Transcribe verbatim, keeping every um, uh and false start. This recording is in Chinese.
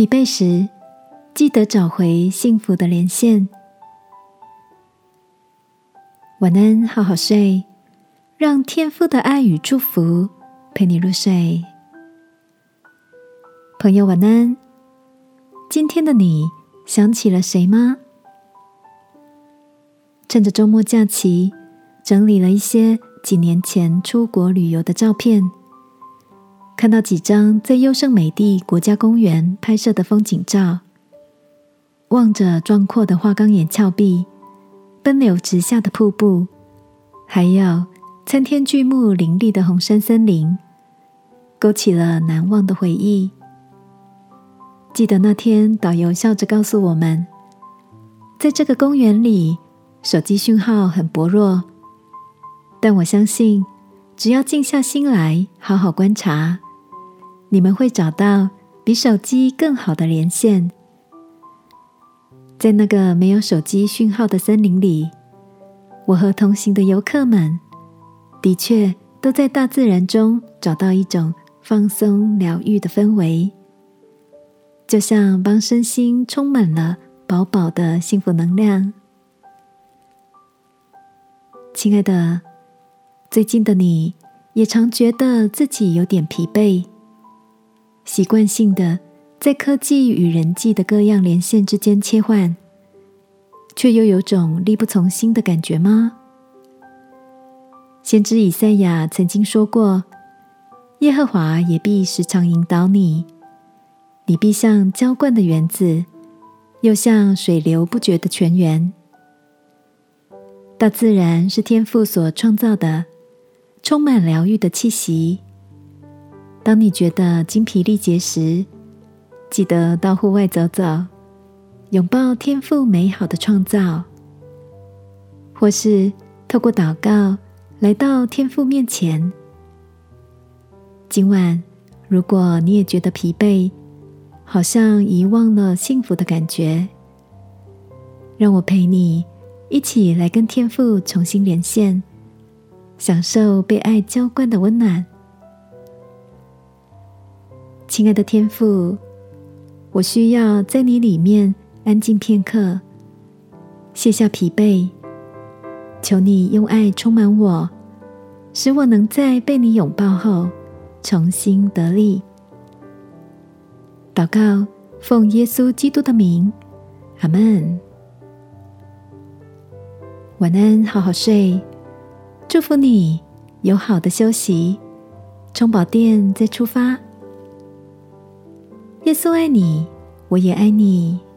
疲惫时，记得找回幸福的连线。晚安，好好睡，让天父的爱与祝福陪你入睡。朋友晚安，今天的你想起了谁吗？趁着周末假期，整理了一些几年前出国旅游的照片，看到几张在优胜美地国家公园拍摄的风景照，望着壮阔的花岗岩峭壁，奔流直下的瀑布，还有参天巨木林立的红杉森林，勾起了难忘的回忆。记得那天导游笑着告诉我们，在这个公园里，手机讯号很薄弱，但我相信只要静下心来好好观察，你们会找到比手机更好的连线。在那个没有手机讯号的森林里，我和同行的游客们的确都在大自然中找到一种放松疗愈的氛围，就像帮身心充满了饱饱的幸福能量。亲爱的，最近的你也常觉得自己有点疲惫，习惯性的在科技与人际的各样连线之间切换，却又有种力不从心的感觉吗？先知以赛亚曾经说过，耶和华也必时常引导你，你必像浇灌的园子，又像水流不绝的泉源。大自然是天父所创造的，充满疗愈的气息。当你觉得精疲力竭时，记得到户外走走，拥抱天父美好的创造，或是透过祷告来到天父面前。今晚，如果你也觉得疲惫，好像遗忘了幸福的感觉，让我陪你一起来跟天父重新连线，享受被爱浇灌的温暖。亲爱的天父，我需要在你里面安静片刻，卸下疲惫，求你用爱充满我，使我能在被你拥抱后重新得力。祷告，奉耶稣基督的名，阿们。晚安，好好睡，祝福你有好的休息，充饱电再出发。耶稣爱你，我也爱你。